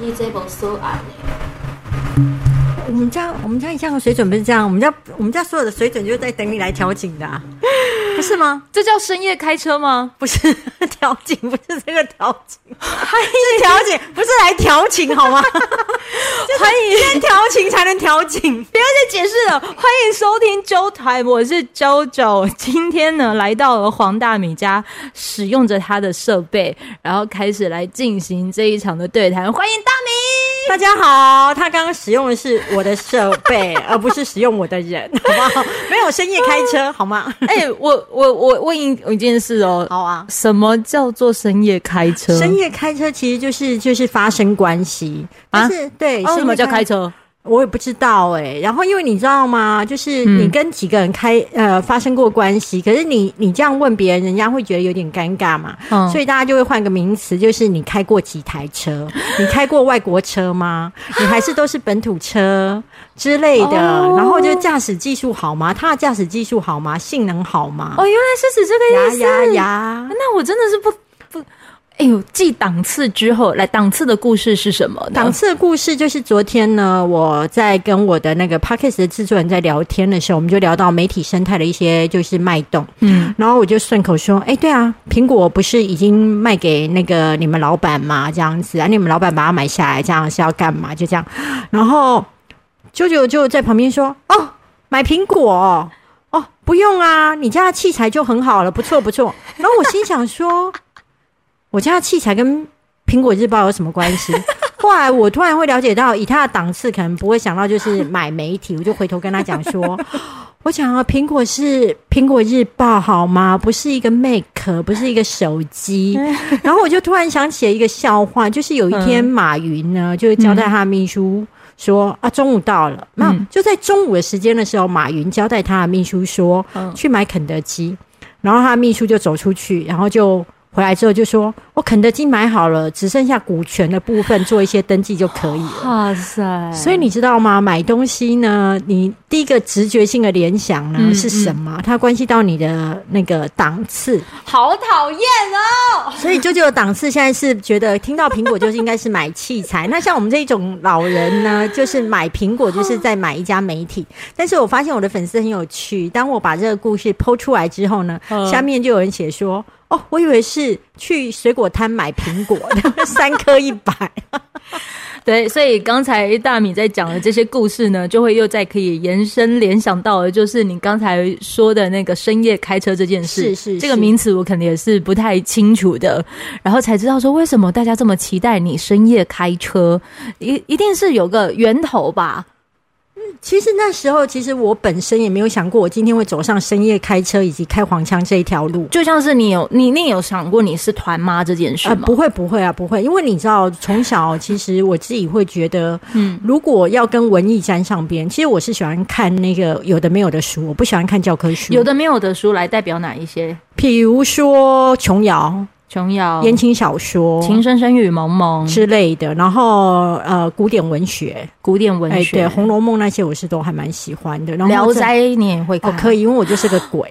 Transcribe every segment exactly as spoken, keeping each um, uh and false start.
你这部所案的。 我们家我们家一向的水准不是这样，我们家我们家所有的水准就是在等你来调景的、啊，不是吗？ 这叫深夜开车吗？ 不是调景，不是这个调景，是调景，不是来调情好吗？欢迎先调情才能调景， 不要再解释了。欢迎收听周台，我是周周。今天呢，来到了黄大米家，使用着他的设备，然后开始来进行这一场的对谈。欢迎大米。 大家好，他刚刚使用的是我的设备，而不是使用我的人，好不好？没有深夜开车，好吗？ 哎、欸，我我我问一件事哦， 好啊， 什么叫做深夜开车？ 深夜开车其实就是就是发生关系，但是、啊、对， 为、哦、什么叫开车？ 我也不知道哎、欸，然后因为你知道吗？就是你跟几个人开、嗯、呃发生过关系，可是你你这样问别人，人家会觉得有点尴尬嘛，嗯、所以大家就会换个名词，就是你开过几台车？你开过外国车吗？你还是都是本土车之类的？哦、然后就驾驶技术好吗？他的驾驶技术好吗？性能好吗？ 哦，原来是指这个意思。 呀呀呀！ 那我真的是不不。哎呦，继档次之后，来档次的故事是什么呢？ 档次的故事就是昨天呢，我在跟我的那个 Podcast 的制作人在聊天的时候，我们就聊到媒体生态的一些就是脉动，嗯，然后我就顺口说，哎，对啊，苹果不是已经卖给那个你们老板吗？这样子啊，你们老板把它买下来，这样是要干嘛？就这样，然后舅舅就在旁边说，哦，买苹果哦，哦，不用啊，你家的器材就很好了，不错不错。然后我心想说。我家的器材跟苹果日报有什么关系？后来我突然会了解到，以他的档次，可能不会想到就是买媒体，我就回头跟他讲说，我讲啊，苹果是苹果日报好吗？不是一个 Mac， 不是一个手机。然后我就突然想起了一个笑话，就是有一天马云呢，就交代他的秘书说、嗯、啊，中午到了，那、嗯、就在中午的时间的时候，马云交代他的秘书说、嗯、去买肯德基，然后他的秘书就走出去，然后就。回来之后就说我肯德基买好了，只剩下股权的部分做一些登记就可以了。哇塞！所以你知道吗？买东西呢，你第一个直觉性的联想呢、嗯、是什么？它关系到你的那个档次。 好讨厌哦！ 所以舅舅的档次现在是觉得听到苹果就是应该是买器材。那像我们这种老人呢，就是买苹果就是在买一家媒体。但是我发现我的粉丝很有趣，当我把这个故事po出来之后呢，嗯、下面就有人写说。哦，我以为是去水果摊买苹果，三颗一百。 对，所以刚才大米在讲的这些故事呢，就会又再可以延伸联想到的，就是你刚才说的那个深夜开车这件事。 是 是, 是， 这个名词我可能也是不太清楚的，然后才知道说为什么大家这么期待你深夜开车，一一定是有个源头吧。 其实那时候，其实我本身也没有想过，我今天会走上深夜开车以及开黄腔这一条路。 就像是你有你你有想过你是团妈这件事吗？ 呃、不会不会啊，不会，因为你知道，从小其实我自己会觉得，嗯，如果要跟文艺沾上边，其实我是喜欢看那个有的没有的书，我不喜欢看教科书。 有的没有的书来代表哪一些？ 比如说琼瑶。 琼瑶、 言情小说、 情深深雨蒙蒙之类的，然后呃，古典文学、 古典文学， 哎、对，《红楼梦》那些我是都还蛮喜欢的。然后聊斋你也会看？ 哦，可以，因为我就是个鬼。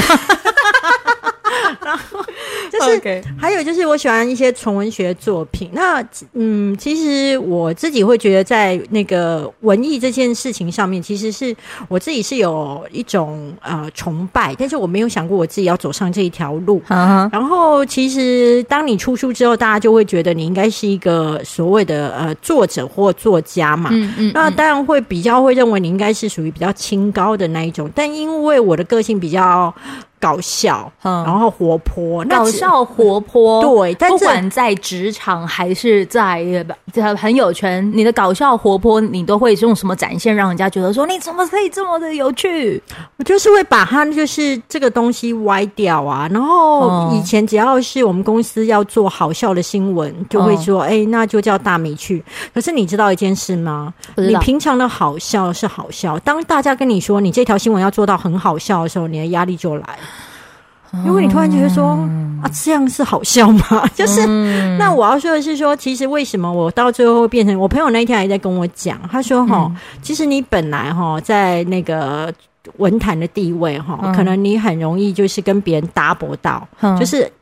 然后就是、okay. 还有就是我喜欢一些纯文学作品。那嗯，其实我自己会觉得在那个文艺这件事情上面，其实是我自己是有一种呃崇拜，但是我没有想过我自己要走上这一条路。Uh-huh. 然后其实当你出书之后，大家就会觉得你应该是一个所谓的呃作者或作家嘛。嗯嗯。那当然会比较会认为你应该是属于比较清高的那一种，但因为我的个性比较。搞笑、嗯，然后活泼， 搞笑活泼， 对，但不管在职场还是在很有权，你的搞笑活泼，你都会用什么展现，让人家觉得说你怎么可以这么的有趣？ 我就是会把它就是这个东西歪掉啊。然后以前只要是我们公司要做好笑的新闻，就会说，哎、嗯欸，那就叫大米去。可是你知道一件事吗？你平常的好笑是好笑，当大家跟你说你这条新闻要做到很好笑的时候，你的压力就来了。因为你突然觉得说、嗯、啊，这样是好笑吗？就是、嗯、那我要说的是说，其实为什么我到最后会变成我朋友那一天还在跟我讲，他说齁、嗯，其实你本来齁在那个文坛的地位齁、嗯，可能你很容易就是跟别人搭不到、嗯，就是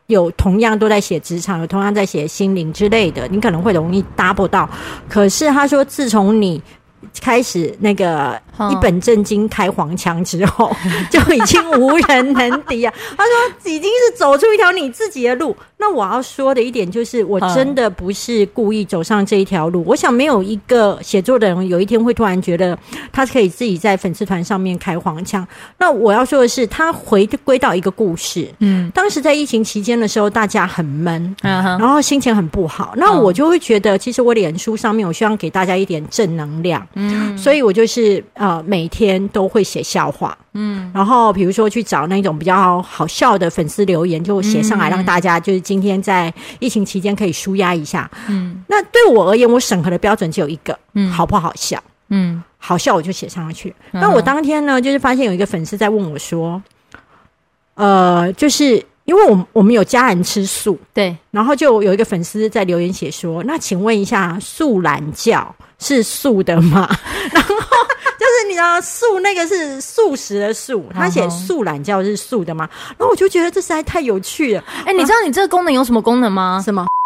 有同样都在写职场，有同样在写心灵之类的，你可能会容易 double 到。可是他说，自从你开始那个一本正经开黄腔之后，就已经无人能敌啊！他说已经是走出一条你自己的路。那我要说的一点就是，我真的不是故意走上这一条路。我想没有一个写作的人有一天会突然觉得他可以自己在粉丝团上面开黄腔。那我要说的是，他回归到一个故事。嗯，当时在疫情期间的时候，大家很闷，嗯、然后心情很不好。那我就会觉得，其实我脸书上面，我希望给大家一点正能量。嗯，所以我就是呃每天都会写笑话。嗯，然后比如说去找那种比较好笑的粉丝留言，就写上来，让大家就是今天在疫情期间可以抒压一下。嗯，那对我而言，我审核的标准只有一个，嗯，好不好笑？嗯，好笑我就写上去。嗯、那我当天呢，就是发现有一个粉丝在问我说，呃，就是因为我我们有家人吃素， 对， 然后就有一个粉丝在留言写说，那请问一下，素懒觉是素的吗？然后就是你知道素那个是素食的素，他写素懒觉是素的吗？然后我就觉得这实在太有趣了。 哎、欸，你知道你这个功能有什么功能吗？ 什么？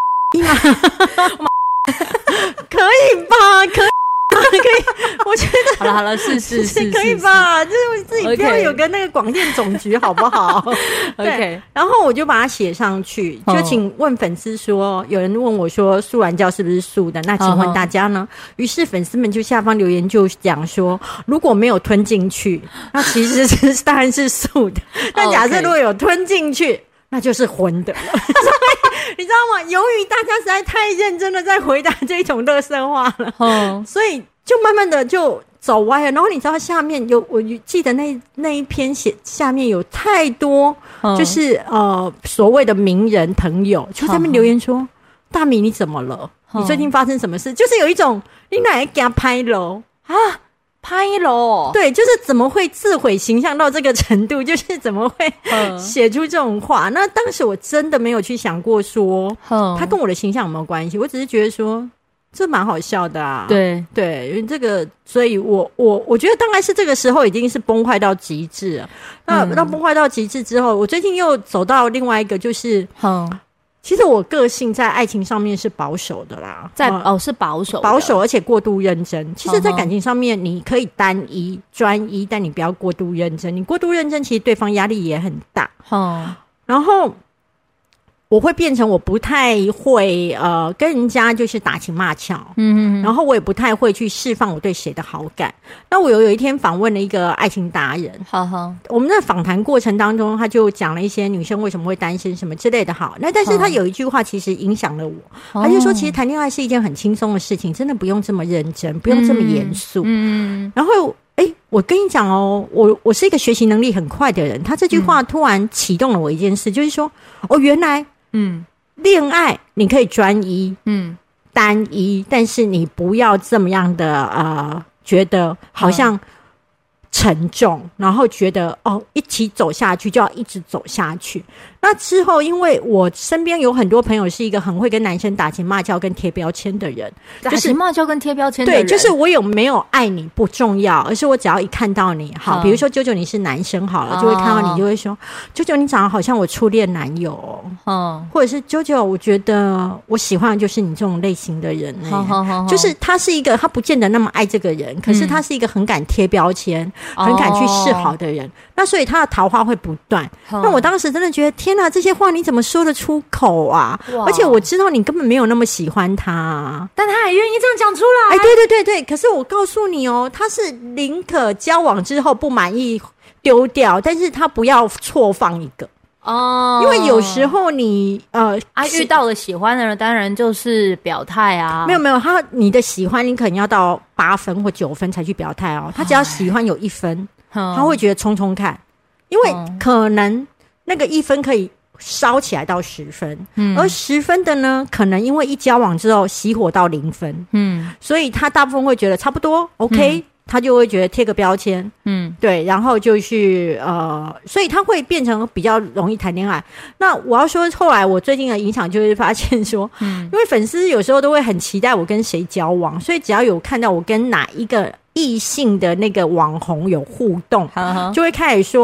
可以吧？可以。可以，我觉得好了好了，是是 是, 是可以吧？就是自己不要有个那个广电总局，好不好？OK， 然后我就把它写上去，就请问粉丝说，有人问我说素懒觉是不是素的？那请问大家呢？于是粉丝们就下方留言就讲说，如果没有吞进去，那其实是当然是素的。但假设如果有吞进去，那就是荤的了。所以你知道吗？由于大家实在太认真的在回答这种垃圾话了，嗯，所以就慢慢的就走歪了。然后你知道下面有，我记得那那一篇写下面有太多，嗯、就是呃所谓的名人朋友就在那边留言说：“嗯、大米你怎么了？嗯、你最近发生什么事？”就是有一种你哪来给他拍了啊？拍咯，对，就是怎么会自毁形象到这个程度？就是怎么会写出这种话？嗯、那当时我真的没有去想过说，嗯、他跟我的形象有没有关系？我只是觉得说，这蛮好笑的啊。 对对，因为这个，所以我我我觉得大概是这个时候已经是崩坏到极致了。那那、嗯、崩坏到极致之后，我最近又走到另外一个，就是，嗯。其实我个性在爱情上面是保守的啦， 在、嗯、哦是保守的保守，而且过度认真。其实在感情上面你可以单一专一，但你不要过度认真。你过度认真其实对方压力也很大。嗯，然后我会变成我不太会呃跟人家就是打情骂俏，嗯，然后我也不太会去释放我对谁的好感。那我有有一天访问了一个爱情达人，好好，我们在访谈过程当中，他就讲了一些女生为什么会单身什么之类的。好，那但是他有一句话其实影响了我，哦、他就说其实谈恋爱是一件很轻松的事情，真的不用这么认真，不用这么严肃。嗯，嗯然后。哎，我跟你讲哦，我我是一个学习能力很快的人。他这句话突然启动了我一件事，嗯、就是说，哦，原来，嗯，恋爱你可以专一，嗯，单一，但是你不要这么样的呃，觉得好像沉重，嗯、然后觉得哦，一起走下去就要一直走下去。那之后，因为我身边有很多朋友是一个很会跟男生打情骂俏跟贴标签的人， 打情骂俏跟贴标签的人， 对，就是我有没有爱你不重要，而是我只要一看到你，好，嗯、比如说九九你是男生好了，就会看到你就会说，九九你长得好像我初恋男友哦，嗯、或者是九九，我觉得我喜欢的就是你这种类型的人，欸，嗯嗯、就是他是一个他不见得那么爱这个人，可是他是一个很敢贴标签，嗯、很敢去示好的人，那所以他的桃花会不断。嗯、那我当时真的觉得。天哪，这些话你怎么说得出口啊？而且我知道你根本没有那么喜欢他，啊， 但他也愿意这样讲出来。 哎，对对对对，可是我告诉你哦，他是宁可交往之后不满意丢掉，但是他不要错放一个哦。因为有时候你呃啊遇到了喜欢的人，当然就是表态啊。 没有没有，他你的喜欢你可能要到八分或九分才去表态哦。他只要喜欢有一分，他会觉得冲冲看，因为可能。那个一分可以烧起来到十分，嗯，而十分的呢，可能因为一交往之后熄火到零分，嗯，所以他大部分会觉得差不多 OK，嗯、他就会觉得贴个标签，嗯，对，然后就是呃，所以他会变成比较容易谈恋爱。那我要说，后来我最近的影响就是发现说，嗯，因为粉丝有时候都会很期待我跟谁交往，所以只要有看到我跟哪一个异性的那个网红有互动，呵呵就会开始说。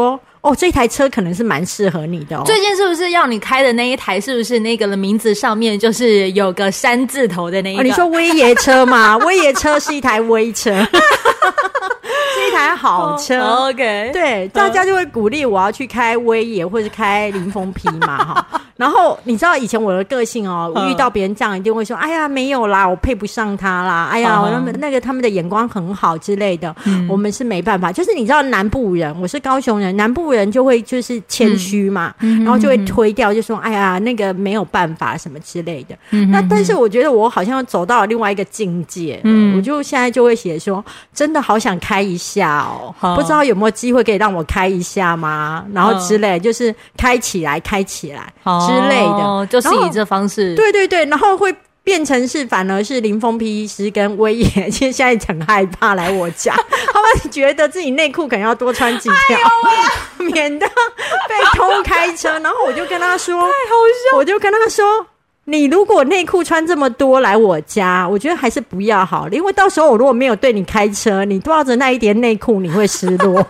哦，这台车可能是蛮适合你的哦。 最近是不是要你开的那一台，是不是那个的名字上面就是有个山字头的那一个？ 哦、你说威爷车吗？威爷车是一台威车。是一台好车、 oh, OK， 对，大家就会鼓励我要去开威爷或是开林峰 P 嘛哈。然后你知道以前我的个性哦，我遇到别人这样一定会说，哎呀没有啦，我配不上他啦，哎呀，我那么那个他们的眼光很好之类的，嗯、我们是没办法。就是你知道南部人，我是高雄人，南部人就会就是谦虚嘛、嗯，然后就会推掉，就说哎呀那个没有办法什么之类的。嗯、那但是我觉得我好像走到了另外一个境界，嗯，我就现在就会写说，真的好想开一下哦，不知道有没有机会可以让我开一下吗？然后之类，就是开起来，开起来。之类的、哦， 就是以这方式， 对对对，然后会变成是反而是林峰皮医师跟威爷，其实现在很害怕来我家，他们觉得自己内裤可能要多穿几条，哎、免得被偷开车。然后我就跟他说，太好笑，我就跟他说，你如果内裤穿这么多来我家，我觉得还是不要好了，因为到时候我如果没有对你开车，你抱着那一叠内裤，你会失落。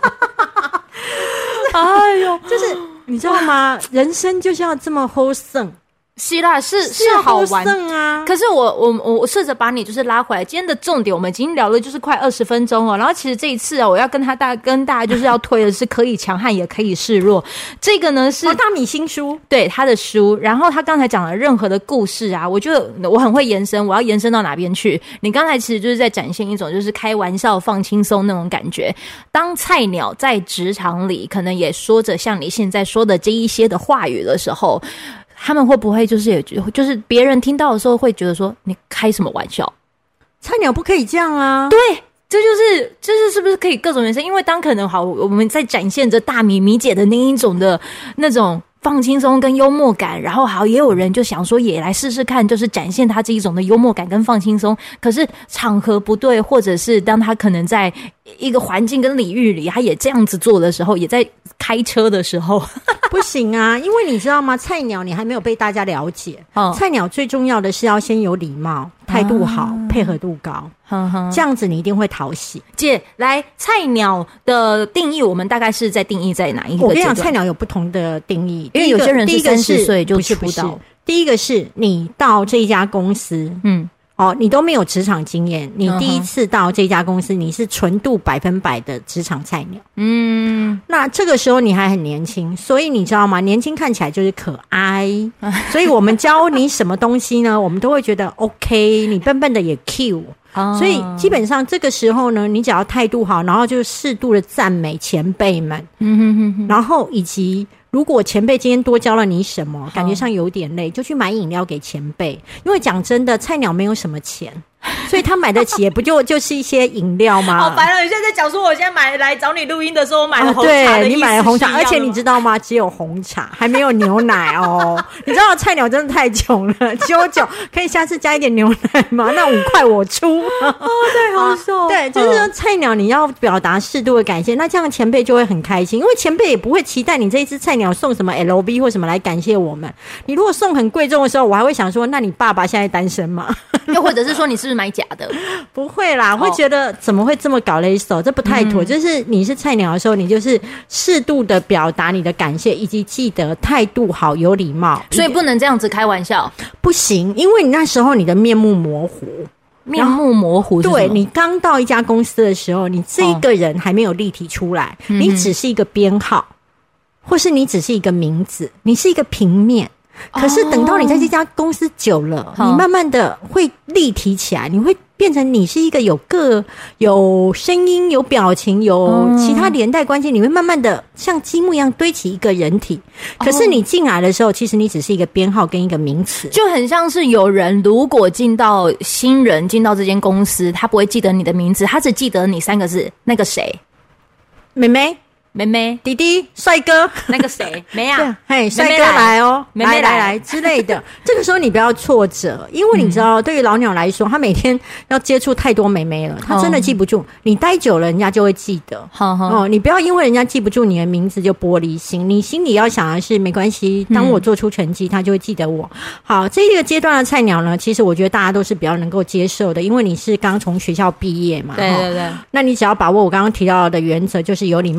哎呦，就是。你知道吗？人生就是要这么 wholesome。 希腊是是好玩啊， 可是我我我我试着把你就是拉回来。今天的重点我们已经聊了就是快二十分钟哦，然后其实这一次啊，我要跟他大跟大家就是要推的是可以强悍也可以示弱。这个呢是黄大米新书， 对他的书。然后他刚才讲了任何的故事啊，我觉得我很会延伸，我要延伸到哪边去？你刚才其实就是在展现一种就是开玩笑放轻松那种感觉。当菜鸟在职场里可能也说着像你现在说的这一些的话语的时候，他们会不会就是也就是别人听到的时候会觉得说你开什么玩笑？ 菜鸟不可以这样啊！ 对，这就是就是是不是可以各种原生？因为当可能好，我们在展现着大米米姐的那一种的那种放轻松跟幽默感，然后好也有人就想说也来试试看，就是展现他这一种的幽默感跟放轻松。可是场合不对，或者是当他可能在一个环境跟领域里，他也这样子做的时候，也在开车的时候不行啊，因为你知道吗？菜鸟你还没有被大家了解、哦、菜鸟最重要的是要先有礼貌，态度好、啊、配合度高、嗯、这样子你一定会讨喜。 姐，来，菜鸟的定义我们大概是在定义在哪一个阶段？ 我跟你讲，菜鸟有不同的定义， 因为有些人是三十岁就出道。 第一个是你到这一家公司，嗯，哦，你都没有职场经验，你第一次到这家公司，你是纯度百分百的职场菜鸟，嗯，那这个时候你还很年轻，所以你知道吗？年轻看起来就是可爱，所以我们教你什么东西呢？我们都会觉得 OK， 你笨笨的也 Q。所以基本上这个时候呢，你只要态度好，然后就适度的赞美前辈们，嗯哼哼哼，然后以及如果前辈今天多教了你什么，感觉上有点累，就去买饮料给前辈。因为讲真的，菜鸟没有什么钱，所以他买得起也不就就是一些饮料吗？ 好烦了！你现在在讲说我现在买来找你录音的时候，我买了红茶的意思、 啊、对，你买了红茶，而且你知道吗？只有红茶，还没有牛奶哦。你知道菜鸟真的太穷了，九九可以下次加一点牛奶吗？那五块我出。 哦，太好笑、啊。 对，就是说菜鸟你要表达适度的感谢，那这样前辈就会很开心，因为前辈也不会期待你这一只菜鸟送什么 L V 或什么来感谢我们。你如果送很贵重的时候，我还会想说，那你爸爸现在单身吗？ 又或者是说你是不是买假的？ 不会啦，会觉得怎么会这么搞勒手，这不太妥、嗯、就是你是菜鸟的时候，你就是适度的表达你的感谢，以及记得态度好有礼貌， 所以不能这样子开玩笑， 不行，因为你那时候你的面目模糊。 面目模糊是什么？ 对，你刚到一家公司的时候，你这一个人还没有立体出来、哦、你只是一个编号、嗯、或是你只是一个名字，你是一个平面。可是等到你在这家公司久了、哦、你慢慢的会立体起来，你会变成你是一个有个有声音有表情有其他连带关系、嗯、你会慢慢的像积木一样堆起一个人体。可是你进来的时候、哦、其实你只是一个编号跟一个名词， 就很像是有人如果进到新人进到这间公司，他不会记得你的名字，他只记得你三个字，那个谁， 妹妹妹妹弟弟帅哥那个谁没啊， 嘿帅哥来哦，妹妹来来之类的这个时候你不要挫折，因为你知道、嗯、对于老鸟来说，他每天要接触太多妹妹了，他真的记不住、嗯、你待久了人家就会记得、嗯、哦，你不要因为人家记不住你的名字就玻璃心，你心里要想的是没关系，当我做出成绩、嗯、他就会记得我。好，这个阶段的菜鸟呢，其实我觉得大家都是比较能够接受的，因为你是刚从学校毕业嘛， 对对对， 那你只要把握我刚刚提到的原则，就是有礼貌态度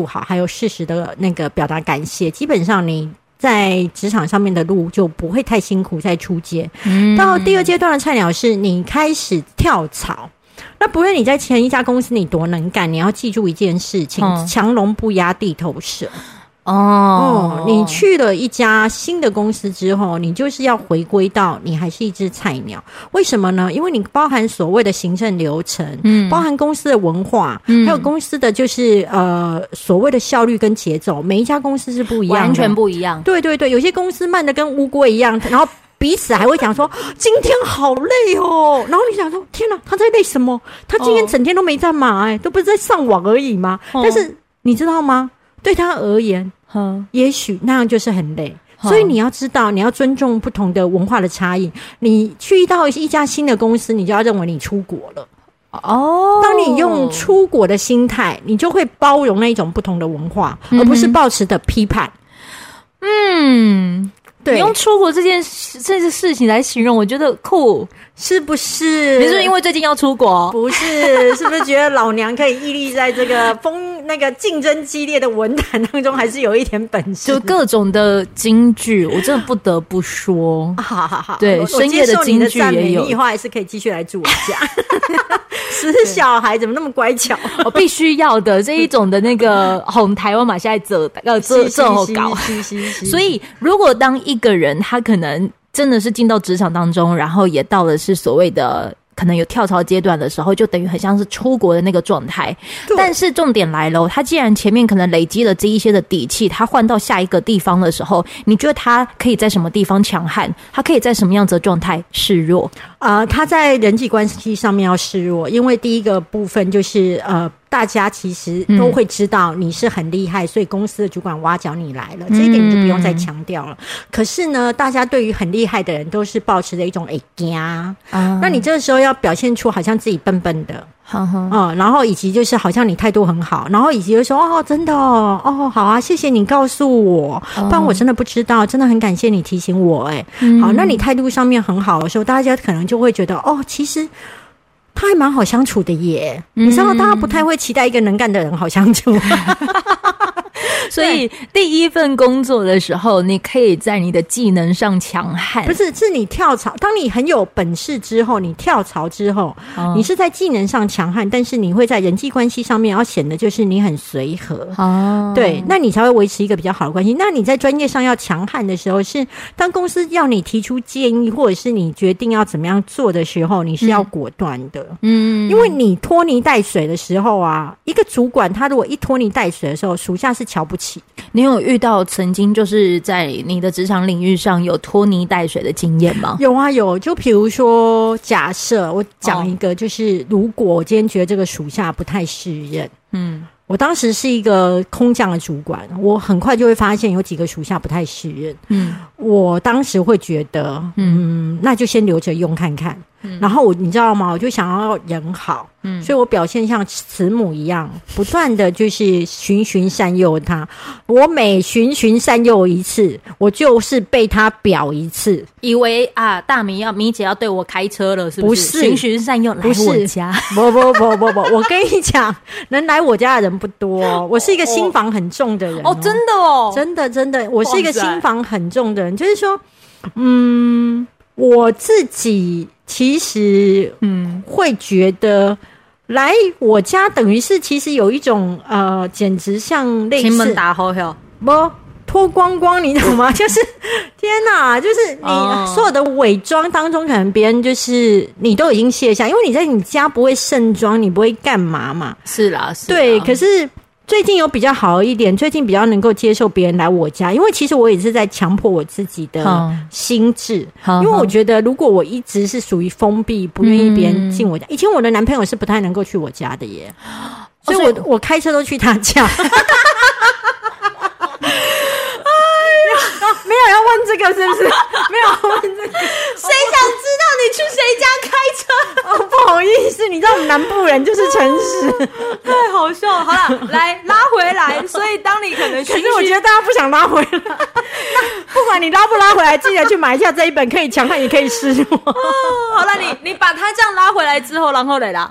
度好，还有适时的那个表达感谢，基本上你在职场上面的路就不会太辛苦。在初阶、嗯、到第二阶段的菜鸟是你开始跳槽，那不论你在前一家公司你多能干，你要记住一件事情，强、嗯、龙不压地头蛇。哦、oh. 嗯，你去了一家新的公司之后，你就是要回归到你还是一只菜鸟。为什么呢？因为你包含所谓的行政流程，嗯，包含公司的文化，嗯，还有公司的就是呃所谓的效率跟节奏，每一家公司是不一样的， 完全不一样。 对对对，有些公司慢的跟乌龟一样，然后彼此还会讲说今天好累哦，然后你想说天哪，他在累什么？他今天整天都没在忙、欸，哎，都不是在上网而已吗？哦、但是你知道吗？对他而言，嗯，也许那样就是很累。所以你要知道，你要尊重不同的文化的差异。你去到一家新的公司，你就要认为你出国了。哦，当你用出国的心态，你就会包容那一种不同的文化，嗯、而不是抱持的批判。 嗯，对，你用出国这件这件事情来形容，我觉得酷。 是不是？ 你是不是因为最近要出国？ 不是，是不是觉得老娘可以屹立在这个风那个竞争激烈的文坛当中，还是有一点本事？ 就各种的金句，我真的不得不说。 好好好， 对，深夜的金句也有。 你以后还是可以继续来住我家。死小孩怎么那么乖巧？ 我必须要的这一种的那个哄台湾嘛，现在这呃这这么搞。所以，如果当一个人他可能真的是进到职场当中，然后也到的是所谓的可能有跳槽阶段的时候，就等于很像是出国的那个状态。但是重点来了，他既然前面可能累积了这一些的底气，他换到下一个地方的时候，你觉得他可以在什么地方强悍？他可以在什么样子的状态示弱？ 呃，他在人际关系上面要示弱，因为第一个部分就是呃。大家其实都会知道你是很厉害、嗯、所以公司的主管挖角你来了，这一点你就不用再强调了、嗯、可是呢，大家对于很厉害的人都是抱持着一种哎呀、啊、那你这个时候要表现出好像自己笨笨的嗯，然后以及就是好像你态度很好，然后以及就说哦真的哦哦好啊，谢谢你告诉我，不然我真的不知道，真的很感谢你提醒我哎、嗯，好，那你态度上面很好的时候，大家可能就会觉得哦其实他还蛮好相处的耶、嗯、你知道大家不太会期待一个能干的人好相处所以第一份工作的时候，你可以在你的技能上强悍， 不是是你跳槽，当你很有本事之后，你跳槽之后、哦、你是在技能上强悍，但是你会在人际关系上面要显得就是你很随和哦，对，那你才会维持一个比较好的关系。那你在专业上要强悍的时候，是当公司要你提出建议或者是你决定要怎么样做的时候，你是要果断的。嗯，因为你拖泥带水的时候啊，一个主管他如果一拖泥带水的时候，属下是瞧不起。 你有遇到曾经就是在你的职场领域上有拖泥带水的经验吗？ 有啊有，就比如说假设我讲一个，就是如果我今天觉得这个属下不太适任，嗯，我当时是一个空降的主管，我很快就会发现有几个属下不太适任，嗯，我当时会觉得嗯，那就先留着用看看，嗯，然后我你知道吗，我就想要人好，嗯，所以我表现像慈母一样，不断的就是循循善诱他。我每循循善诱一次，我就是被他表一次， 以为啊，大米要米姐要对我开车了，是不是？ 不是循循善诱来我家， 不不不不不，我跟你讲，能来我家的人不多。我是一个心防很重的人哦, 哦，真的哦， 真的真的，我是一个心防很重的人，就是说，嗯，我自己其实嗯会觉得。来我家等于是其实有一种呃，简直像类似亲门打后哟， 不脱光光，你懂吗？就是天哪，就是你所有的伪装当中，可能别人就是你都已经卸下，因为你在你家不会盛装，你不会干嘛嘛？ 是啦，是啦， 对，可是。最近有比较好一点，最近比较能够接受别人来我家，因为其实我也是在强迫我自己的心智，因为我觉得如果我一直是属于封闭，不愿意别人进我家，以前我的男朋友是不太能够去我家的耶，所以我我开车都去他家。没有要问这个是不是？没有要问这个， 谁想知道你去谁家开车？ 哦，不好意思，你知道我们南部人就是诚实， 太好笑了。好啦，来拉回来。所以当你可能， 可是我觉得大家不想拉回来。不管你拉不拉回来，记得去买一下这一本，可以强悍也可以示弱。 哦，好了，你你把他这样拉回来之后，然后嘞啦。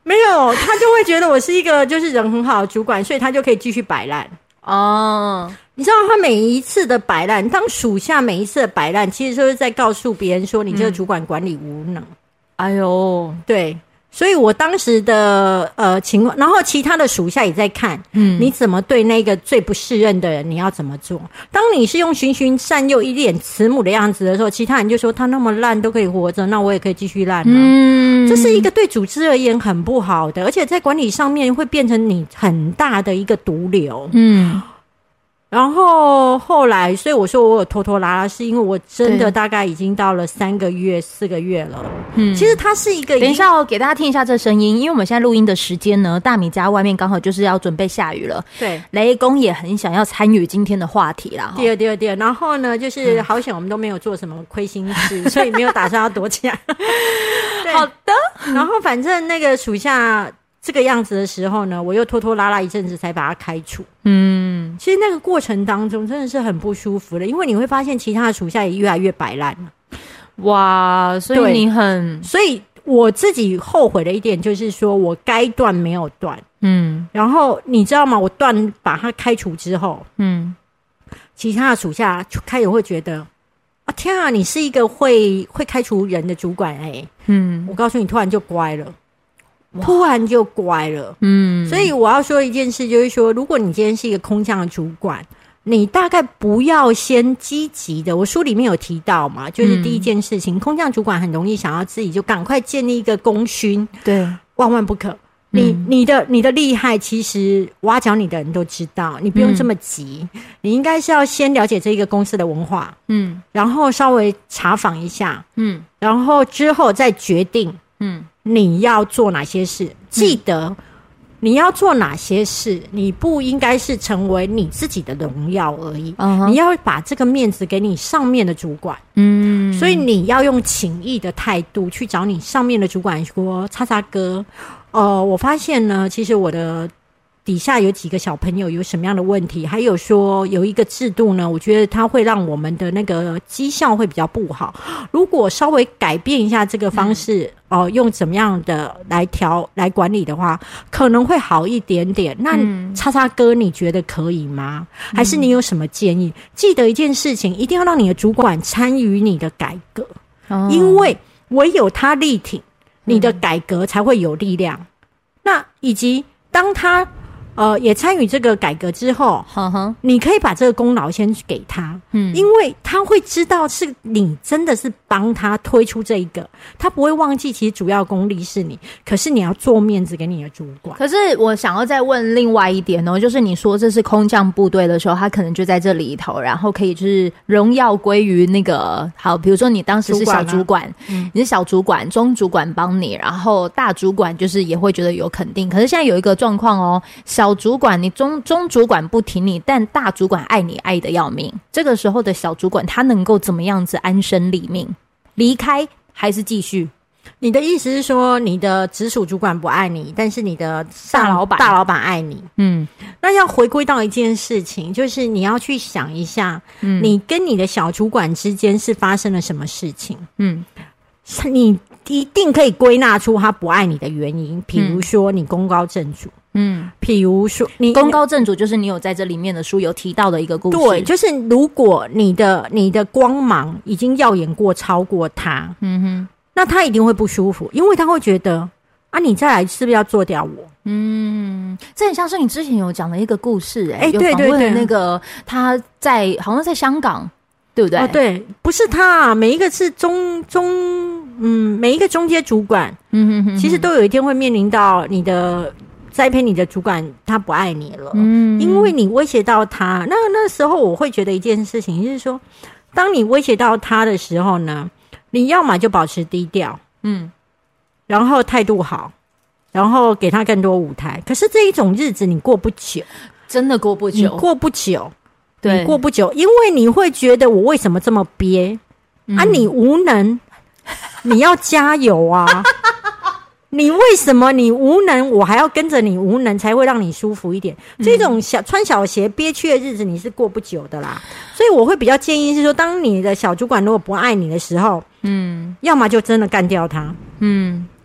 没有，他就会觉得我是一个就是人很好的主管，所以他就可以继续摆烂。 哦， 你知道他每一次的摆烂，当属下每一次的摆烂，其实就是在告诉别人说你这个主管管理无能。嗯、 哎呦， 对。所以我当时的呃情况，然后其他的属下也在看，嗯，你怎么对那个最不适任的人，你要怎么做？当你是用循循善诱、一脸慈母的样子的时候，其他人就说他那么烂都可以活着，那我也可以继续烂啊。嗯，这是一个对组织而言很不好的，而且在管理上面会变成你很大的一个毒瘤。嗯。然后后来，所以我说我有拖拖拉拉，是因为我真的大概已经到了三个月、四个月了。嗯，其实它是一个。 等一下哦，给大家听一下这声音，因为我们现在录音的时间呢，大米家外面刚好就是要准备下雨了。 对， 雷公也很想要参与今天的话题啦。 第二、第二、第二，然后呢，就是好险我们都没有做什么亏心事，所以没有打算要躲起来。 好的， 然后反正那个属下。这个样子的时候呢，我又拖拖拉拉一阵子才把他开除。嗯，其实那个过程当中真的是很不舒服的，因为你会发现其他的属下也越来越摆烂了。 哇，所以你很， 所以我自己后悔的一点就是说我该断没有断。嗯，然后你知道吗？我断把他开除之后，嗯，其他的属下就开始会觉得啊，天啊，你是一个会会开除人的主管哎、欸。嗯，我告诉你，突然就乖了。突然就乖了，嗯，所以我要说一件事，就是说，如果你今天是一个空降的主管，你大概不要先积极的。我书里面有提到嘛，就是第一件事情，嗯、空降主管很容易想要自己就赶快建立一个功勋， 对， 万万不可。你你的你的厉害，其实挖角你的人都知道，你不用这么急。嗯、你应该是要先了解这一个公司的文化，嗯，然后稍微查访一下，嗯，然后之后再决定，嗯。你要做哪些事？记得你要做哪些事，你不应该是成为你自己的荣耀而已。Uh-huh. 你要把这个面子给你上面的主管。嗯，所以你要用请益的态度去找你上面的主管说：“叉叉哥，呃，我发现呢，其实我的。”底下有几个小朋友有什么样的问题，还有说有一个制度呢，我觉得它会让我们的那个绩效会比较不好。如果稍微改变一下这个方式，哦、嗯呃，用怎么样的来调来管理的话，可能会好一点点。那叉叉哥，你觉得可以吗？还是你有什么建议？嗯、记得一件事情，一定要让你的主管参与你的改革，哦、因为唯有他力挺你的改革，才会有力量。嗯、那以及当他。呃，也参与这个改革之后，呵呵你可以把这个功劳先给他，嗯，因为他会知道是你真的是帮他推出这一个，他不会忘记其实主要功力是你，可是你要做面子给你的主管。 可是我想要再问另外一点哦，就是你说这是空降部队的时候，他可能就在这里头，然后可以就是荣耀归于那个好，比如说你当时是小主管，主管啊、你是小主管，中主管帮你，然后大主管就是也会觉得有肯定。可是现在有一个状况哦，小主管你中中主管不挺你，但大主管爱你爱得要命。这个时候的小主管他能够怎么样子安身立命？离开还是继续？ 你的意思是说，你的直属主管不爱你，但是你的大老板大老板爱你？嗯，那要回归到一件事情，就是你要去想一下，嗯，你跟你的小主管之间是发生了什么事情？嗯，你一定可以归纳出他不爱你的原因，比如说你功高震主。嗯，譬如说你功高震主，就是你有在这里面的书有提到的一个故事。 对，就是如果你的你的光芒已经耀眼过超过他，嗯哼，那他一定会不舒服，因为他会觉得啊，你再来是不是要做掉我？ 嗯，这很像是你之前有讲的一一个故事、欸，哎、欸， 对对对， 有访问那个他在好像在香港，对不对？ 哦，对，不是他、啊，每一个是中中，嗯，每一个中阶主管，嗯哼哼哼，其实都有一天会面临到你的。栽培你的主管他不爱你了，嗯，因为你威胁到他。那那时候我会觉得一件事情就是说，当你威胁到他的时候呢，你要么就保持低调，嗯，然后态度好，然后给他更多舞台。可是这一种日子你过不久， 真的过不久， 你过不久， 对， 你过不久，因为你会觉得我为什么这么憋、嗯、啊？你无能，你要加油啊！你为什么你无能，我还要跟着你无能，才会让你舒服一点？嗯、这种小穿小鞋憋屈的日子，你是过不久的啦。所以我会比较建议是说，当你的小主管如果不爱你的时候，嗯，要么就真的干掉他，嗯，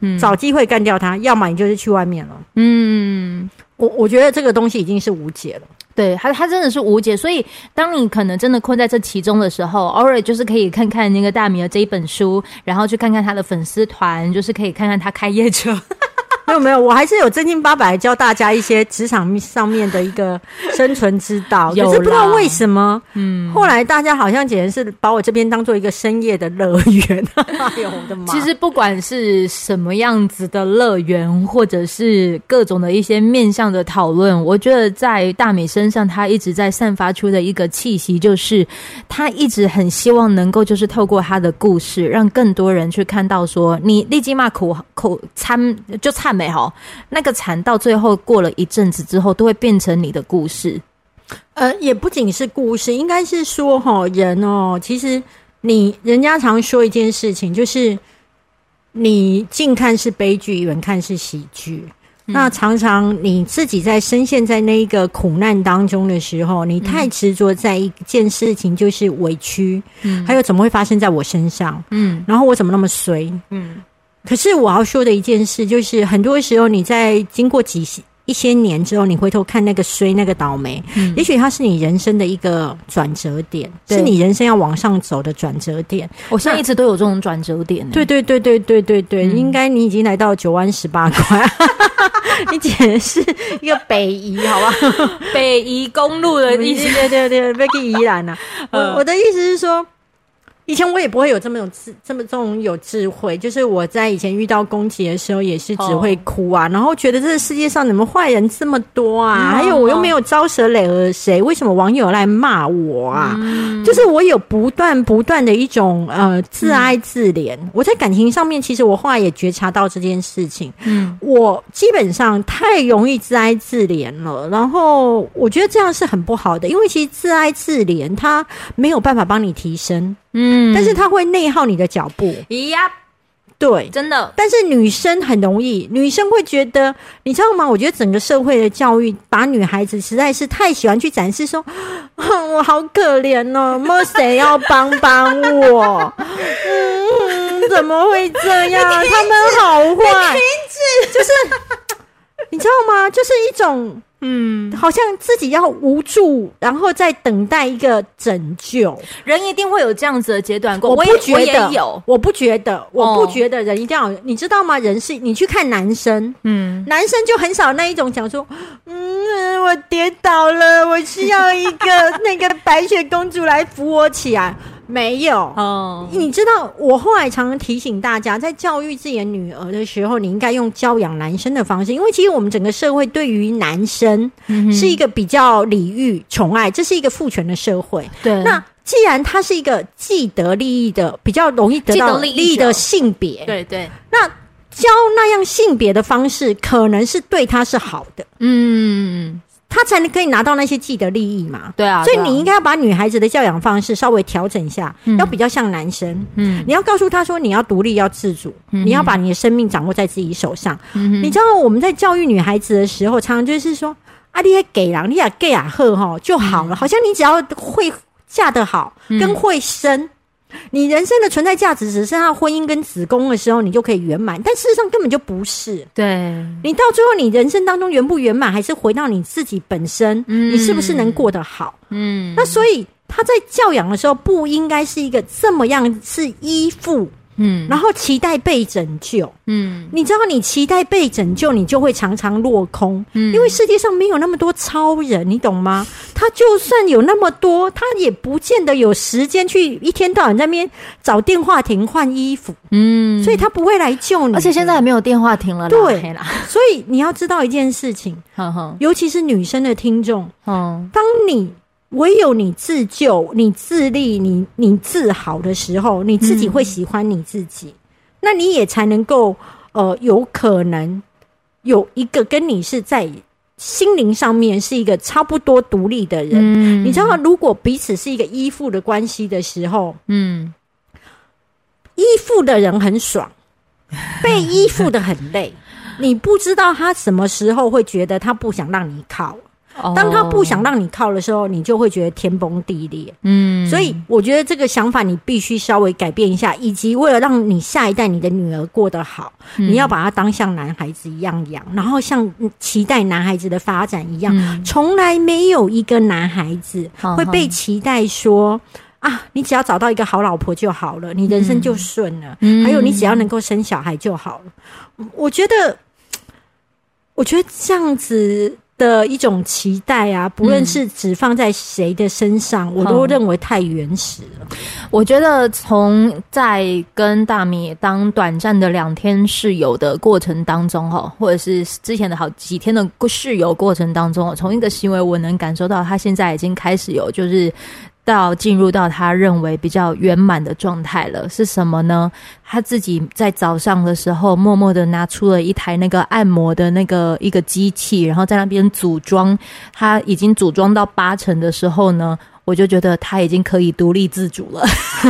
嗯、找机会干掉他，要么你就是去外面了。嗯，我我觉得这个东西已经是无解了。 对，它它真的是无解，所以当你可能真的困在这其中的时候，偶尔就是可以看看那个大米的这一本书，然后去看看他的粉丝团，就是可以看看他开业者。 没有没有，我还是有真经八百教大家一些职场上面的一个生存之道。可是不知道为什么，嗯，后来大家好像简直是把我这边当做一个深夜的乐园。哎呦我的妈！ 其实不管是什么样子的乐园，或者是各种的一些面向的讨论，我觉得在大美身上，他一直在散发出的一个气息，就是他一直很希望能够就是透过他的故事，让更多人去看到说，你立即骂苦苦参就惨。没好，那个惨到最后过了一阵子之后，都会变成你的故事。 呃，也不仅是故事，应该是说哈，人哦，其实你人家常说一件事情，就是你近看是悲剧，远看是喜剧。嗯、那常常你自己在深陷在那一个苦难当中的时候，你太执着在一件事情，就是委屈，嗯，还有怎么会发生在我身上，嗯，然后我怎么那么衰，嗯。可是我要说的一件事，就是很多时候你在经过几一些年之后，你回头看那个衰那个倒霉，嗯、也许它是你人生的一个转折点，是你人生要往上走的转折点。 我现在一直都有这种转折点、欸。 对对对对对对对，嗯、应该你已经来到九弯十八拐，你简直是一个北宜，好吧？ 北宜公路的意思， 对对对，被去宜兰啊。我我的意思是说。以前我也不会有这么有智这么这种有智慧，就是我在以前遇到攻击的时候，也是只会哭啊， oh. 然后觉得这个世界上怎么坏人这么多啊？ Oh. 还有我又没有招惹了谁，为什么网友来骂我啊？ Mm. 就是我有不断不断的一种呃自哀自怜。Mm. 我在感情上面，其实我后来也觉察到这件事情。嗯，我基本上太容易自哀自怜了，然后我觉得这样是很不好的，因为其实自哀自怜它没有办法帮你提升。嗯，但是它会内耗你的脚步。 呀， 对， 真的。 但是女生很容易，女生会觉得，你知道吗？我觉得整个社会的教育把女孩子实在是太喜欢去展示说，我好可怜哦，没谁要帮帮我。嗯，怎么会这样？他们好坏， 停止， 就是你知道吗？就是一种。嗯，好像自己要无助，然后再等待一个拯救。 人一定会有这样子的阶段过， 我不觉得， 我也有， 我不觉得，我不觉得人一定要有，你知道吗？人是你去看男生，嗯，男生就很少那一种讲说，嗯，我跌倒了，我需要一个那个白雪公主来扶我起来。没有哦，你知道我后来常常提醒大家，在教育自己的女儿的时候，你应该用教养男生的方式，因为其实我们整个社会对于男生是一个比较礼遇、宠爱，这是一个父权的社会。对，那既然他是一个既得利益的、比较容易得到利益的性别， 对对， 那教那样性别的方式，可能是对他是好的。嗯。他才能可以拿到那些既得利益嘛？ 对啊， 所以你应该要把女孩子的教养方式稍微调整一下，嗯、要比较像男生。嗯，你要告诉他说，你要独立，要自主，嗯、你要把你的生命掌握在自己手上。嗯、你知道我们在教育女孩子的时候，常常就是说，啊，你也给啦，你也给啊，呵哈就好了，嗯、好像你只要会嫁得好，嗯、跟会生。你人生的存在价值只剩下婚姻跟子宫的时候，你就可以圆满，但事实上根本就不是。 对， 你到最后，你人生当中圆不圆满，还是回到你自己本身，嗯、你是不是能过得好？嗯，那所以他在教养的时候，不应该是一个这么样是依附。嗯，然后期待被拯救。嗯，你知道，你期待被拯救，你就会常常落空。嗯，因为世界上没有那么多超人，你懂吗？他就算有那么多，他也不见得有时间去一天到晚在那边找电话亭换衣服。嗯，所以他不会来救你。 而且现在还没有电话亭了啦。 对啦，所以你要知道一件事情，尤其是女生的听众，嗯，当你。唯有你自救、你自立、你你自好的时候，你自己会喜欢你自己，嗯、那你也才能够呃，有可能有一个跟你是在心灵上面是一个差不多独立的人。嗯、你知道，如果彼此是一个依附的关系的时候，嗯，依附的人很爽，被依附的很累。你不知道他什么时候会觉得他不想让你靠。 当他不想让你靠的时候，你就会觉得天崩地裂。嗯，所以我觉得这个想法你必须稍微改变一下，以及为了让你下一代你的女儿过得好，嗯、你要把她当像男孩子一样养，然后像期待男孩子的发展一样，从、嗯、来没有一个男孩子会被期待说。啊，你只要找到一个好老婆就好了，你人生就顺了。嗯、还有，你只要能够生小孩就好了。我觉得，我觉得这样子的一种期待啊，不论是只放在谁的身上，嗯、我都认为太原始了。 我觉得从在跟大米当短暂的两天室友的过程当中，或者是之前的好几天的室友过程当中，从一个行为我能感受到他现在已经开始有就是。到进入到他认为比较圆满的状态了，是什么呢？他自己在早上的时候默默的拿出了一台那个按摩的那个一个机器，然后在那边组装，他已经组装到八成的时候呢，我就觉得他已经可以独立自主了。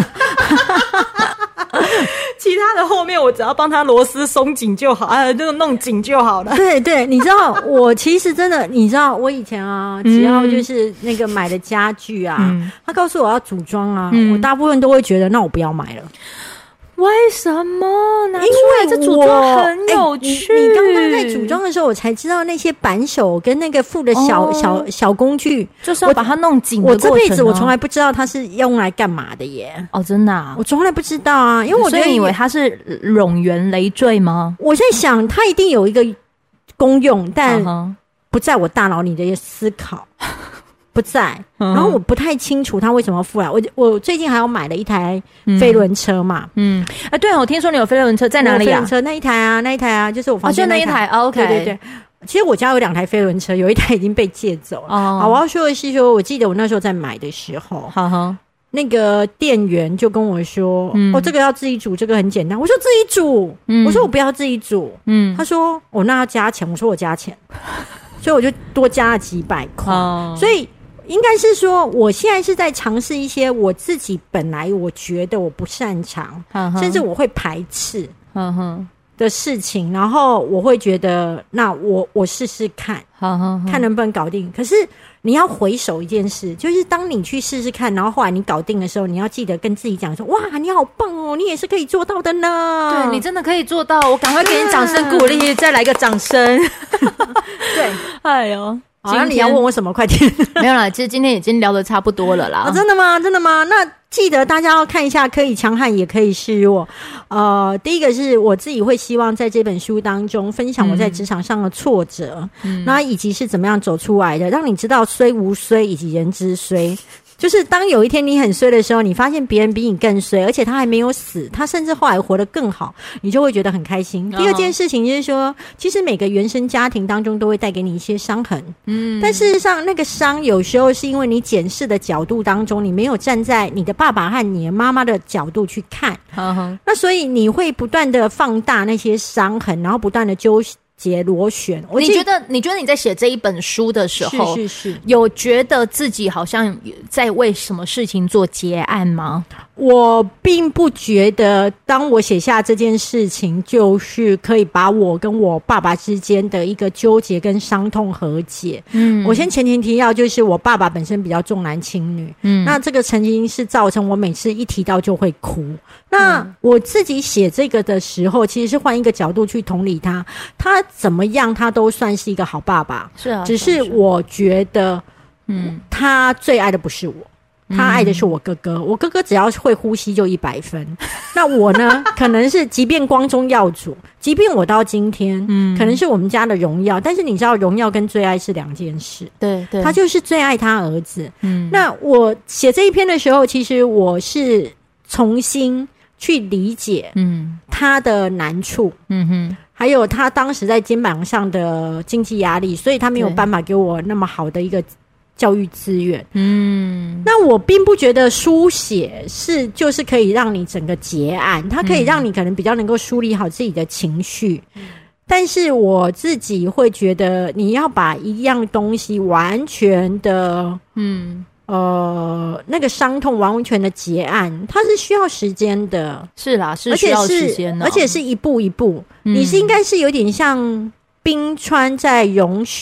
其他的后面我只要帮他螺丝松紧就好，啊，就弄紧就好了。 对对，你知道我其实真的，你知道我以前啊，只要就是那个买的家具啊，嗯、他告诉我要组装啊，嗯、我大部分都会觉得那我不要买了。 为什么？拿出来这组装很有趣。 欸、你刚刚在组装的时候，我才知道那些扳手跟那个附的小、哦、小小工具， 就是要把它弄紧的过程、哦。我这辈子我从来不知道它是用来干嘛的耶。 哦，真的啊？ 我从来不知道啊，因为我所以以为它是冗员累赘吗？ 我在想，它一定有一个功用，但不在我大脑里的思考。不在，然后我不太清楚他为什么要付来。我我最近还有买了一台飞轮车嘛， 嗯，啊、嗯，对，我听说你有飞轮车，在哪里啊？ 飞轮车那一台啊，那一台啊，就是我房间那一台。 哦，就那一台、哦、，OK， 对对对。其实我家有两台飞轮车，有一台已经被借走了。哦，好，我要说的是说，我记得我那时候在买的时候， 好好， 那个店员就跟我说：“嗯、哦，这个要自己煮，这个很简单。”我说：“自己煮。嗯”我说：“我不要自己煮。”嗯，他说：“哦，那要加钱。”我说：“我加钱。”所以我就多加了几百块。哦，所以。应该是说，我现在是在尝试一些我自己本来我觉得我不擅长，呵呵甚至我会排斥的事情，然后我会觉得，那我我试试看，呵呵呵看能不能搞定。可是你要回首一件事，就是当你去试试看，然后后来你搞定的时候，你要记得跟自己讲说：“哇，你好棒哦，你也是可以做到的呢。” 对，你真的可以做到，我赶快给你掌声鼓励，再来个掌声。 对， 哎呦。 好像你要问我什么？快点！ 没有啦，其实今天已经聊得差不多了啦。 哦，真的吗？真的吗？那记得大家要看一下，可以强悍，也可以示弱。呃，第一个是我自己会希望在这本书当中分享我在职场上的挫折，嗯，那以及是怎么样走出来的，让你知道虽无虽以及人之虽。就是当有一天你很衰的时候，你发现别人比你更衰，而且他还没有死，他甚至后来活得更好，你就会觉得很开心。第二件事情就是说，其实每个原生家庭当中都会带给你一些伤痕，嗯，但事实上那个伤有时候是因为你检视的角度当中，你没有站在你的爸爸和你的妈妈的角度去看，嗯，那所以你会不断的放大那些伤痕，然后不断的纠结螺旋。 你觉得你觉得你在写这一本书的时候， 是是是， 有觉得自己好像在为什么事情做结案吗？ 我并不觉得当我写下这件事情就是可以把我跟我爸爸之间的一个纠结跟伤痛和解。嗯，我先前情提要，就是我爸爸本身比较重男轻女，嗯，那这个曾经是造成我每次一提到就会哭。那我自己写这个的时候，其实是换一个角度去同理他，他怎么样他都算是一个好爸爸。 是啊， 只是我觉得嗯，他最爱的不是我，他爱的是我哥哥。我哥哥只要会呼吸就一百分，那我呢可能是即便光宗耀祖，即便我到今天嗯，可能是我们家的荣耀，但是你知道荣耀跟最爱是两件事。 对对， 他就是最爱他儿子。嗯，那我写这一篇的时候，其实我是重新去理解嗯他的难处，嗯哼，还有他当时在肩膀上的经济压力，所以他没有办法给我那么好的一个教育资源。嗯，那我并不觉得书写是就是可以让你整个结案，它可以让你可能比较能够梳理好自己的情绪。嗯，但是我自己会觉得你要把一样东西完全的嗯呃，那个伤痛完全的结案，它是需要时间的。 是啦，是需要时间的， 而且是一步一步。嗯，你是应该是有点像冰川在融雪。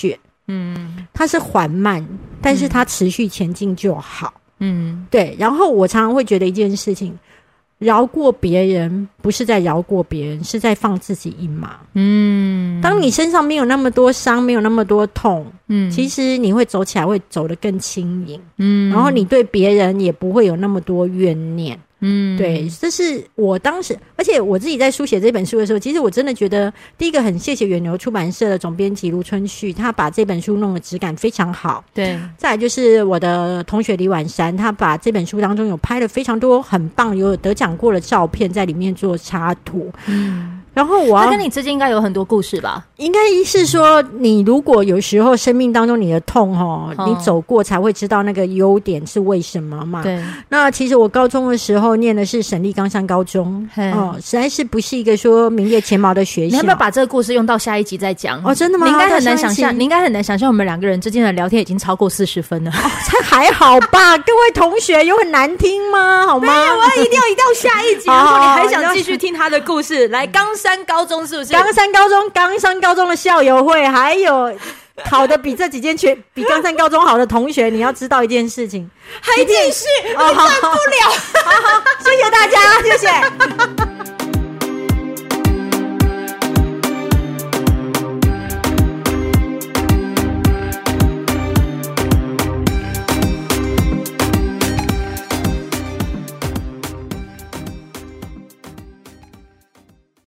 嗯，它是缓慢，但是它持续前进就好。 嗯， 对。然后我常常会觉得一件事情，饶过别人不是在饶过别人，是在放自己一马。嗯，当你身上没有那么多伤，没有那么多痛，嗯，其实你会走起来会走得更轻盈。嗯，然后你对别人也不会有那么多怨念。嗯，对，这是我当时，而且我自己在书写这本书的时候，其实我真的觉得，第一个很谢谢远流出版社的总编辑卢春旭，他把这本书弄的质感非常好。 对， 再来就是我的同学李婉珊，他把这本书当中有拍了非常多很棒、有得奖过的照片在里面做插图。嗯。然后我要， 他跟你之间应该有很多故事吧？ 应该是说，你如果有时候生命当中你的痛哦，哦你走过才会知道那个优点是为什么嘛。 对。 那其实我高中的时候念的是省立冈山高中，哦，实在是不是一个说名列前茅的学校。 你要不要把这个故事用到下一集再讲？ 哦，真的吗？ 你应该很难想象，你应该很难想象我们两个人之间的聊天已经超过四十分了。哦， 这还好吧？各位同学，有很难听吗？好吗？ 没有，我一定要一定要下一集。如果你还想继续听他的故事，来冈山高中是不是？ 冈山高中，冈山高中的校友会，还有考的比这几间学比冈山高中好的同学，你要知道一件事情， 还继续，你断不了。 好好，谢谢大家，谢谢。